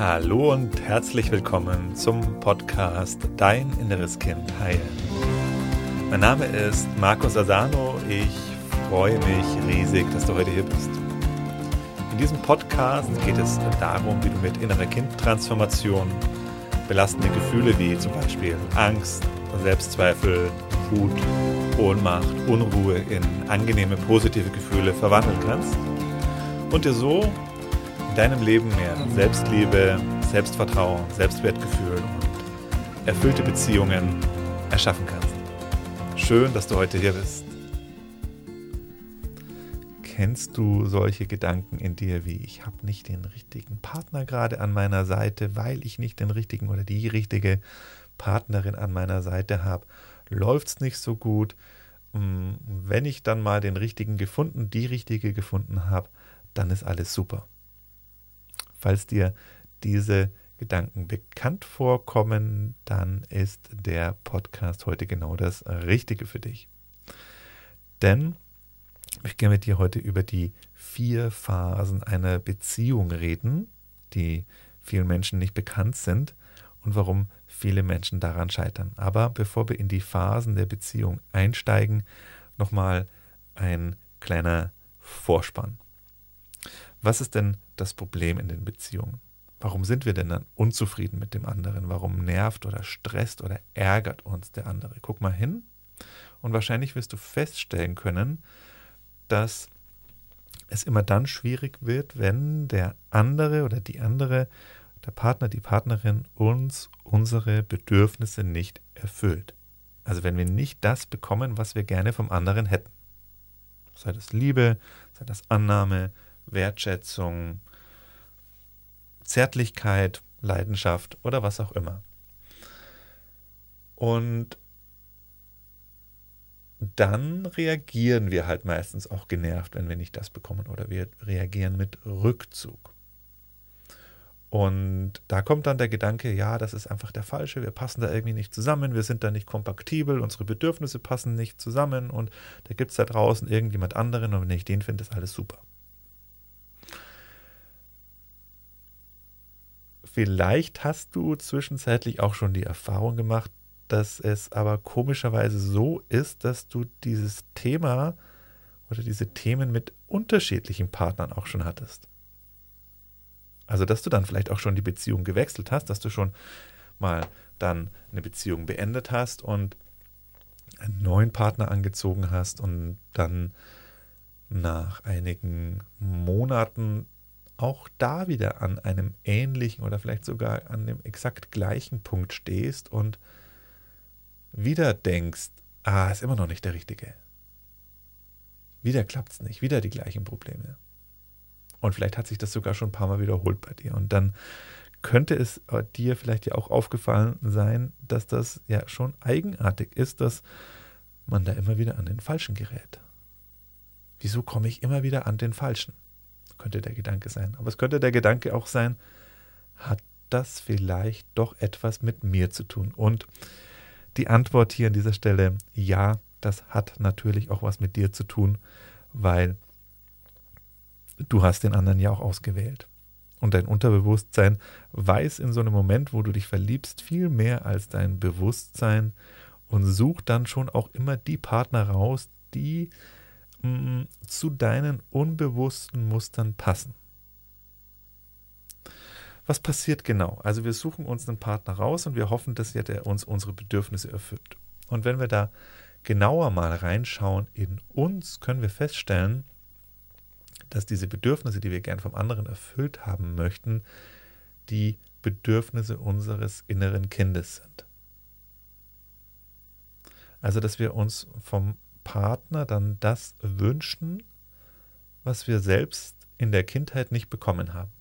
Hallo und herzlich willkommen zum Podcast Dein inneres Kind heilen. Mein Name ist Markus Asano. Ich freue mich riesig, dass du heute hier bist. In diesem Podcast geht es darum, wie du mit innerer Kindtransformation belastende Gefühle wie zum Beispiel Angst, Selbstzweifel, Wut, Ohnmacht, Unruhe in angenehme, positive Gefühle verwandeln kannst und dir so in deinem Leben mehr Selbstliebe, Selbstvertrauen, Selbstwertgefühl und erfüllte Beziehungen erschaffen kannst. Schön, dass du heute hier bist. Kennst du solche Gedanken in dir wie, ich habe nicht den richtigen Partner gerade an meiner Seite, weil ich nicht den richtigen oder die richtige Partnerin an meiner Seite habe, läuft es nicht so gut. Wenn ich dann mal den richtigen gefunden, die richtige gefunden habe, dann ist alles super. Falls dir diese Gedanken bekannt vorkommen, dann ist der Podcast heute genau das Richtige für dich. Denn ich möchte gerne mit dir heute über die 4 Phasen einer Beziehung reden, die vielen Menschen nicht bekannt sind und warum viele Menschen daran scheitern. Aber bevor wir in die Phasen der Beziehung einsteigen, nochmal ein kleiner Vorspann. Was ist denn das Problem in den Beziehungen? Warum sind wir denn dann unzufrieden mit dem anderen? Warum nervt oder stresst oder ärgert uns der andere? Guck mal hin und wahrscheinlich wirst du feststellen können, dass es immer dann schwierig wird, wenn der andere oder die andere, der Partner, die Partnerin uns unsere Bedürfnisse nicht erfüllt. Also wenn wir nicht das bekommen, was wir gerne vom anderen hätten. Sei das Liebe, sei das Annahme, Wertschätzung, Zärtlichkeit, Leidenschaft oder was auch immer. Und dann reagieren wir halt meistens auch genervt, wenn wir nicht das bekommen, oder wir reagieren mit Rückzug. Und da kommt dann der Gedanke, ja, das ist einfach der Falsche, wir passen da irgendwie nicht zusammen, wir sind da nicht kompatibel, unsere Bedürfnisse passen nicht zusammen und da gibt es da draußen irgendjemand anderen und wenn ich den finde, ist alles super. Vielleicht hast du zwischenzeitlich auch schon die Erfahrung gemacht, dass es aber komischerweise so ist, dass du dieses Thema oder diese Themen mit unterschiedlichen Partnern auch schon hattest. Also, dass du dann vielleicht auch schon die Beziehung gewechselt hast, dass du schon mal dann eine Beziehung beendet hast und einen neuen Partner angezogen hast und dann nach einigen Monaten auch da wieder an einem ähnlichen oder vielleicht sogar an dem exakt gleichen Punkt stehst und wieder denkst, ist immer noch nicht der Richtige. Wieder klappt es nicht, wieder die gleichen Probleme. Und vielleicht hat sich das sogar schon ein paar Mal wiederholt bei dir. Und dann könnte es dir vielleicht ja auch aufgefallen sein, dass das ja schon eigenartig ist, dass man da immer wieder an den Falschen gerät. Wieso komme ich immer wieder an den Falschen? Könnte der Gedanke sein. Aber es könnte der Gedanke auch sein, hat das vielleicht doch etwas mit mir zu tun? Und die Antwort hier an dieser Stelle, ja, das hat natürlich auch was mit dir zu tun, weil du hast den anderen ja auch ausgewählt. Und dein Unterbewusstsein weiß in so einem Moment, wo du dich verliebst, viel mehr als dein Bewusstsein und sucht dann schon auch immer die Partner raus, die zu deinen unbewussten Mustern passen. Was passiert genau? Also wir suchen uns einen Partner raus und wir hoffen, dass der uns unsere Bedürfnisse erfüllt. Und wenn wir da genauer mal reinschauen in uns, können wir feststellen, dass diese Bedürfnisse, die wir gern vom anderen erfüllt haben möchten, die Bedürfnisse unseres inneren Kindes sind. Also dass wir uns vom Partner dann das wünschen, was wir selbst in der Kindheit nicht bekommen haben.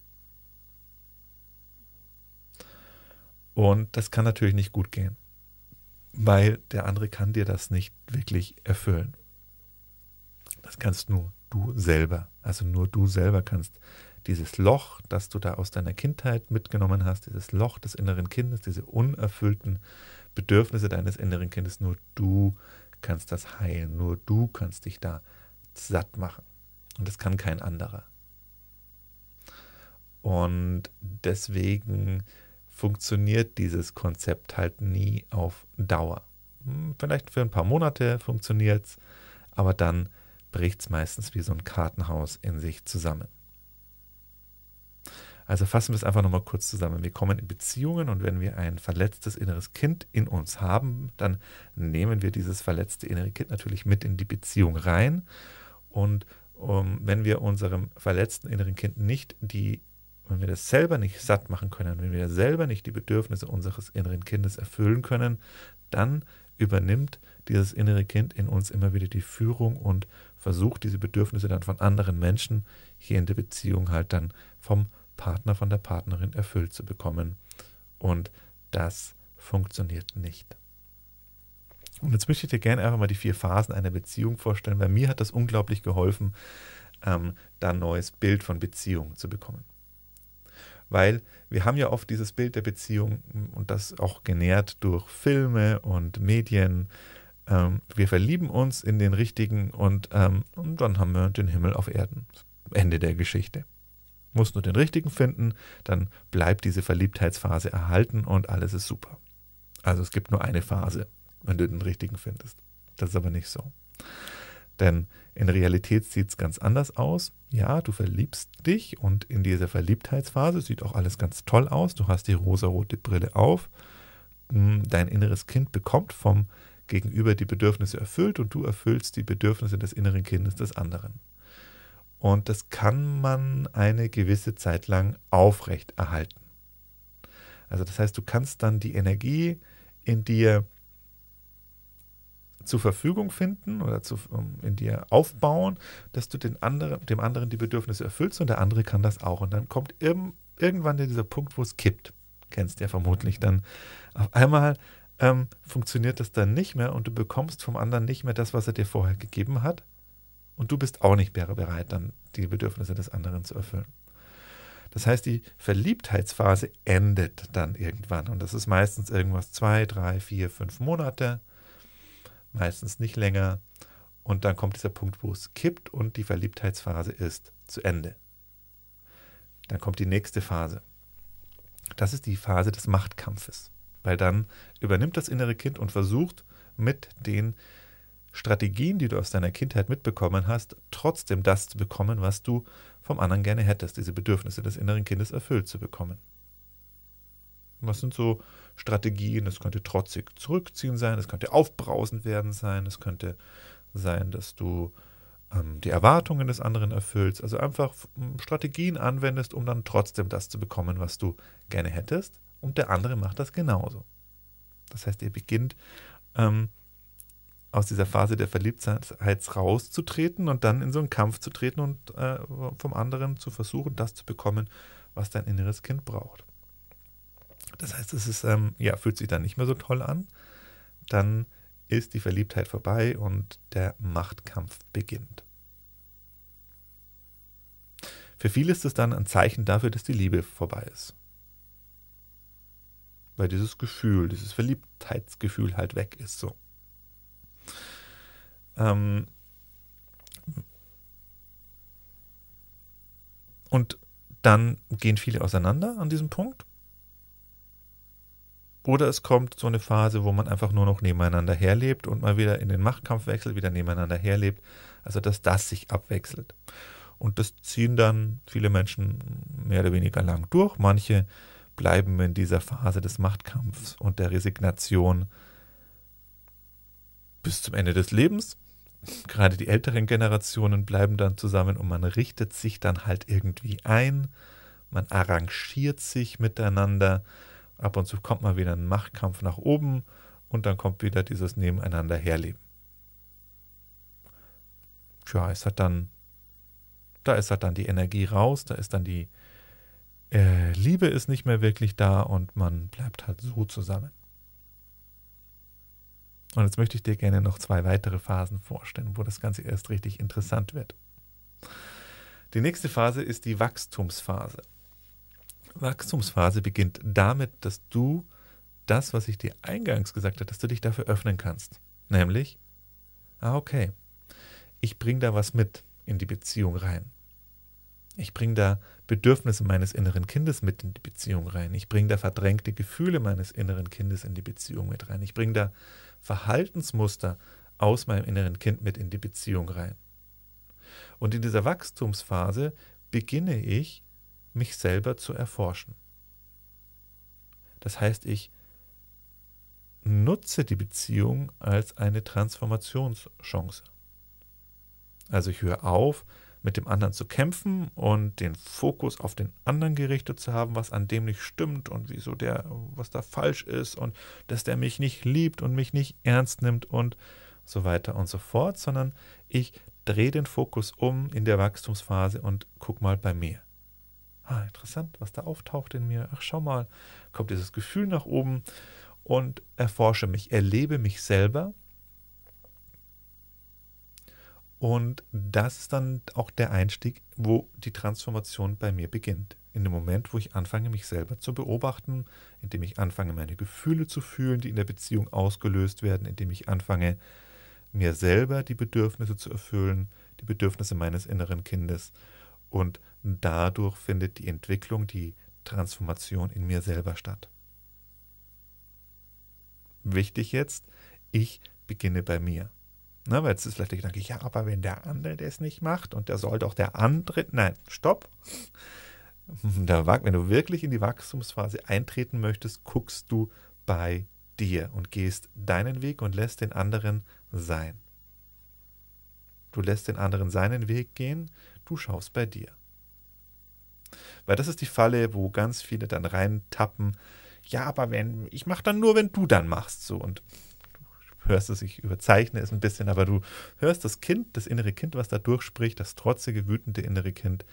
Und das kann natürlich nicht gut gehen, weil der andere kann dir das nicht wirklich erfüllen. Das kannst nur du selber. Also nur du selber kannst dieses Loch, das du da aus deiner Kindheit mitgenommen hast, dieses Loch des inneren Kindes, diese unerfüllten Bedürfnisse deines inneren Kindes, nur du kannst das heilen, nur du kannst dich da satt machen. Und das kann kein anderer. Und deswegen funktioniert dieses Konzept halt nie auf Dauer. Vielleicht für ein paar Monate funktioniert es, aber dann bricht es meistens wie so ein Kartenhaus in sich zusammen. Also fassen wir es einfach nochmal kurz zusammen. Wir kommen in Beziehungen und wenn wir ein verletztes inneres Kind in uns haben, dann nehmen wir dieses verletzte innere Kind natürlich mit in die Beziehung rein. Und wenn wir unserem verletzten inneren Kind wenn wir das selber nicht satt machen können, wenn wir selber nicht die Bedürfnisse unseres inneren Kindes erfüllen können, dann übernimmt dieses innere Kind in uns immer wieder die Führung und versucht, diese Bedürfnisse dann von anderen Menschen hier in der Beziehung halt dann vom Partner, von der Partnerin erfüllt zu bekommen. Und das funktioniert nicht. Und jetzt möchte ich dir gerne einfach mal die 4 Phasen einer Beziehung vorstellen, weil mir hat das unglaublich geholfen, da ein neues Bild von Beziehung zu bekommen. Weil wir haben ja oft dieses Bild der Beziehung und das auch genährt durch Filme und Medien. Wir verlieben uns in den Richtigen und dann haben wir den Himmel auf Erden. Ende der Geschichte. Musst nur den Richtigen finden, dann bleibt diese Verliebtheitsphase erhalten und alles ist super. Also es gibt nur eine Phase, wenn du den Richtigen findest. Das ist aber nicht so. Denn in Realität sieht es ganz anders aus. Ja, du verliebst dich und in dieser Verliebtheitsphase sieht auch alles ganz toll aus. Du hast die rosarote Brille auf. Dein inneres Kind bekommt vom Gegenüber die Bedürfnisse erfüllt und du erfüllst die Bedürfnisse des inneren Kindes des anderen. Und das kann man eine gewisse Zeit lang aufrecht erhalten. Also das heißt, du kannst dann die Energie in dir zur Verfügung finden oder in dir aufbauen, dass du dem anderen die Bedürfnisse erfüllst und der andere kann das auch. Und dann kommt irgendwann dieser Punkt, wo es kippt. Kennst du ja vermutlich dann. Auf einmal funktioniert das dann nicht mehr und du bekommst vom anderen nicht mehr das, was er dir vorher gegeben hat. Und du bist auch nicht mehr bereit, dann die Bedürfnisse des anderen zu erfüllen. Das heißt, die Verliebtheitsphase endet dann irgendwann. Und das ist meistens irgendwas 2, 3, 4, 5 Monate. Meistens nicht länger. Und dann kommt dieser Punkt, wo es kippt und die Verliebtheitsphase ist zu Ende. Dann kommt die nächste Phase. Das ist die Phase des Machtkampfes. Weil dann übernimmt das innere Kind und versucht mit den Strategien, die du aus deiner Kindheit mitbekommen hast, trotzdem das zu bekommen, was du vom anderen gerne hättest, diese Bedürfnisse des inneren Kindes erfüllt zu bekommen. Was sind so Strategien? Es könnte trotzig zurückziehen sein, es könnte aufbrausend werden sein, es könnte sein, dass du die Erwartungen des anderen erfüllst, also einfach Strategien anwendest, um dann trotzdem das zu bekommen, was du gerne hättest, und der andere macht das genauso. Das heißt, ihr beginnt aus dieser Phase der Verliebtheit rauszutreten und dann in so einen Kampf zu treten und vom anderen zu versuchen, das zu bekommen, was dein inneres Kind braucht. Das heißt, es ist, fühlt sich dann nicht mehr so toll an. Dann ist die Verliebtheit vorbei und der Machtkampf beginnt. Für viele ist es dann ein Zeichen dafür, dass die Liebe vorbei ist. Weil dieses Gefühl, dieses Verliebtheitsgefühl halt weg ist so. Und dann gehen viele auseinander an diesem Punkt. Oder es kommt so eine Phase, wo man einfach nur noch nebeneinander herlebt und mal wieder in den Machtkampf wechselt, wieder nebeneinander herlebt. Also dass das sich abwechselt. Und das ziehen dann viele Menschen mehr oder weniger lang durch. Manche bleiben in dieser Phase des Machtkampfs und der Resignation bis zum Ende des Lebens. Gerade die älteren Generationen bleiben dann zusammen und man richtet sich dann halt irgendwie ein. Man arrangiert sich miteinander. Ab und zu kommt mal wieder ein Machtkampf nach oben und dann kommt wieder dieses Nebeneinander herleben. Tja, da ist halt dann die Energie raus, da ist dann die Liebe ist nicht mehr wirklich da und man bleibt halt so zusammen. Und jetzt möchte ich dir gerne noch 2 weitere Phasen vorstellen, wo das Ganze erst richtig interessant wird. Die nächste Phase ist die Wachstumsphase. Wachstumsphase beginnt damit, dass du das, was ich dir eingangs gesagt habe, dass du dich dafür öffnen kannst. Nämlich, okay, ich bringe da was mit in die Beziehung rein. Ich bringe da Bedürfnisse meines inneren Kindes mit in die Beziehung rein. Ich bringe da verdrängte Gefühle meines inneren Kindes in die Beziehung mit rein. Ich bringe da Verhaltensmuster aus meinem inneren Kind mit in die Beziehung rein. Und in dieser Wachstumsphase beginne ich, mich selber zu erforschen. Das heißt, ich nutze die Beziehung als eine Transformationschance. Also ich höre auf, mit dem anderen zu kämpfen und den Fokus auf den anderen gerichtet zu haben, was an dem nicht stimmt und was da falsch ist und dass der mich nicht liebt und mich nicht ernst nimmt und so weiter und so fort, sondern ich drehe den Fokus um in der Wachstumsphase und guck mal bei mir. Interessant, was da auftaucht in mir. Ach, schau mal, kommt dieses Gefühl nach oben und erforsche mich, erlebe mich selber. Und das ist dann auch der Einstieg, wo die Transformation bei mir beginnt. In dem Moment, wo ich anfange, mich selber zu beobachten, indem ich anfange, meine Gefühle zu fühlen, die in der Beziehung ausgelöst werden, indem ich anfange, mir selber die Bedürfnisse zu erfüllen, die Bedürfnisse meines inneren Kindes. Und dadurch findet die Entwicklung, die Transformation in mir selber statt. Wichtig jetzt, ich beginne bei mir. Weil jetzt ist vielleicht der Gedanke, ja, aber wenn der andere das nicht macht und der soll doch der andere... Nein, stopp. Wenn du wirklich in die Wachstumsphase eintreten möchtest, guckst du bei dir und gehst deinen Weg und lässt den anderen sein. Du lässt den anderen seinen Weg gehen, du schaust bei dir. Weil das ist die Falle, wo ganz viele dann reintappen, ja, aber ich mache dann nur, wenn du dann machst. So, und du hörst es, ich überzeichne es ein bisschen, aber du hörst das Kind, das innere Kind, was da durchspricht, das trotzige, wütende innere Kind.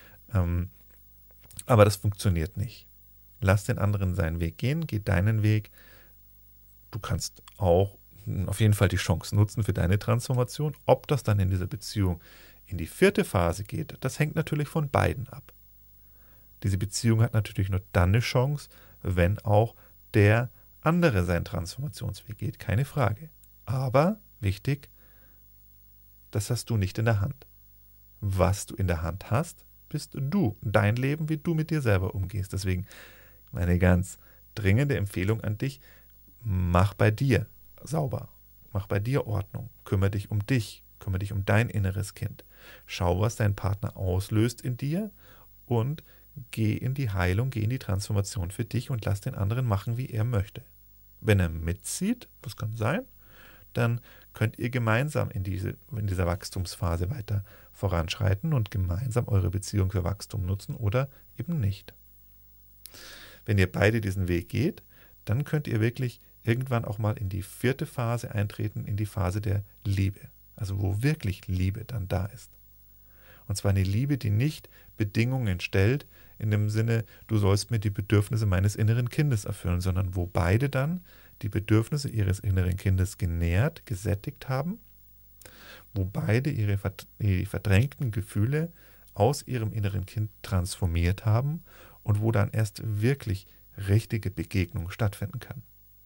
Aber das funktioniert nicht. Lass den anderen seinen Weg gehen, geh deinen Weg. Du kannst auch auf jeden Fall die Chance nutzen für deine Transformation. Ob das dann in dieser Beziehung in die 4. Phase geht, das hängt natürlich von beiden ab. Diese Beziehung hat natürlich nur dann eine Chance, wenn auch der andere seinen Transformationsweg geht, keine Frage. Aber, wichtig, das hast du nicht in der Hand. Was du in der Hand hast, bist du, dein Leben, wie du mit dir selber umgehst. Deswegen meine ganz dringende Empfehlung an dich, mach bei dir sauber, mach bei dir Ordnung, kümmere dich um dein inneres Kind. Schau, was dein Partner auslöst in dir und geh in die Heilung, geh in die Transformation für dich und lass den anderen machen, wie er möchte. Wenn er mitzieht, das kann sein, dann könnt ihr gemeinsam in dieser Wachstumsphase weiter voranschreiten und gemeinsam eure Beziehung für Wachstum nutzen oder eben nicht. Wenn ihr beide diesen Weg geht, dann könnt ihr wirklich irgendwann auch mal in die 4. Phase eintreten, in die Phase der Liebe. Also wo wirklich Liebe dann da ist. Und zwar eine Liebe, die nicht Bedingungen stellt, in dem Sinne, du sollst mir die Bedürfnisse meines inneren Kindes erfüllen, sondern wo beide dann die Bedürfnisse ihres inneren Kindes genährt, gesättigt haben, wo beide ihre verdrängten Gefühle aus ihrem inneren Kind transformiert haben und wo dann erst wirklich richtige Begegnung stattfinden kann.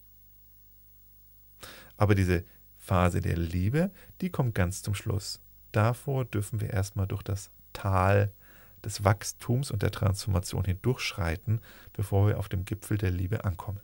Aber diese Phase der Liebe, die kommt ganz zum Schluss. Davor dürfen wir erstmal durch das Tal des Wachstums und der Transformation hindurchschreiten, bevor wir auf dem Gipfel der Liebe ankommen.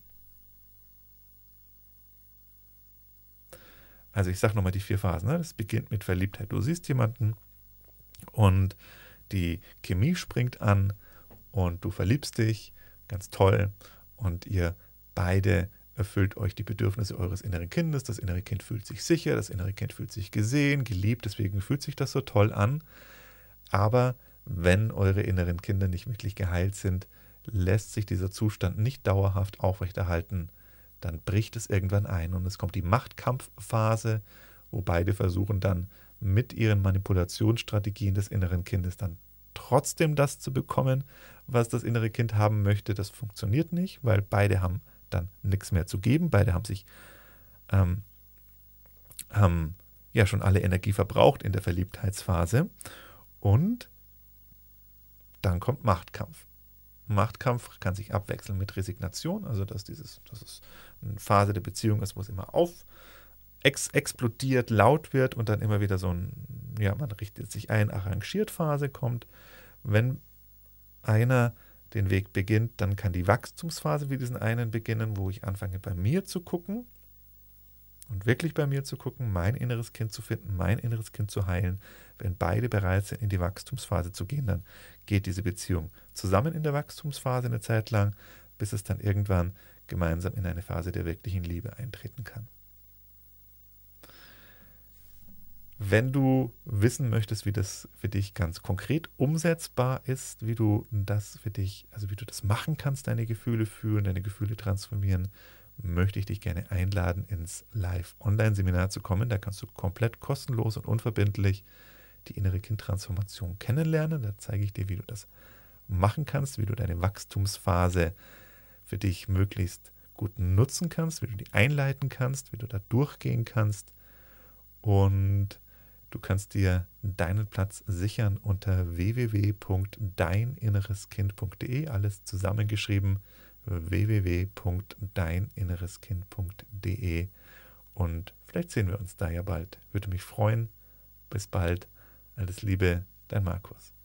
Also ich sage nochmal die 4 Phasen. Das beginnt mit Verliebtheit. Du siehst jemanden und die Chemie springt an und du verliebst dich, ganz toll, und ihr beide erfüllt euch die Bedürfnisse eures inneren Kindes. Das innere Kind fühlt sich sicher, das innere Kind fühlt sich gesehen, geliebt, deswegen fühlt sich das so toll an. Aber wenn eure inneren Kinder nicht wirklich geheilt sind, lässt sich dieser Zustand nicht dauerhaft aufrechterhalten, dann bricht es irgendwann ein und es kommt die Machtkampfphase, wo beide versuchen dann mit ihren Manipulationsstrategien des inneren Kindes dann trotzdem das zu bekommen, was das innere Kind haben möchte. Das funktioniert nicht, weil beide haben dann nichts mehr zu geben. Beide haben sich haben ja schon alle Energie verbraucht in der Verliebtheitsphase und dann kommt Machtkampf. Machtkampf kann sich abwechseln mit Resignation, also dass es eine Phase der Beziehung ist, wo es immer explodiert, laut wird und dann immer wieder man richtet sich ein, arrangiert Phase kommt, Wenn einer den Weg beginnt, dann kann die Wachstumsphase wie diesen einen beginnen, wo ich anfange bei mir zu gucken und wirklich bei mir zu gucken, mein inneres Kind zu finden, mein inneres Kind zu heilen. Wenn beide bereit sind, in die Wachstumsphase zu gehen, dann geht diese Beziehung zusammen in der Wachstumsphase eine Zeit lang, bis es dann irgendwann gemeinsam in eine Phase der wirklichen Liebe eintreten kann. Wenn du wissen möchtest, wie das für dich ganz konkret umsetzbar ist, wie du das für dich, also wie du das machen kannst, deine Gefühle fühlen, deine Gefühle transformieren, möchte ich dich gerne einladen, ins Live-Online-Seminar zu kommen. Da kannst du komplett kostenlos und unverbindlich die innere Kindtransformation kennenlernen. Da zeige ich dir, wie du das machen kannst, wie du deine Wachstumsphase für dich möglichst gut nutzen kannst, wie du die einleiten kannst, wie du da durchgehen kannst. Und du kannst dir deinen Platz sichern unter www.deininnereskind.de, alles zusammengeschrieben, www.deininnereskind.de, und vielleicht sehen wir uns da ja bald. Würde mich freuen. Bis bald. Alles Liebe, dein Markus.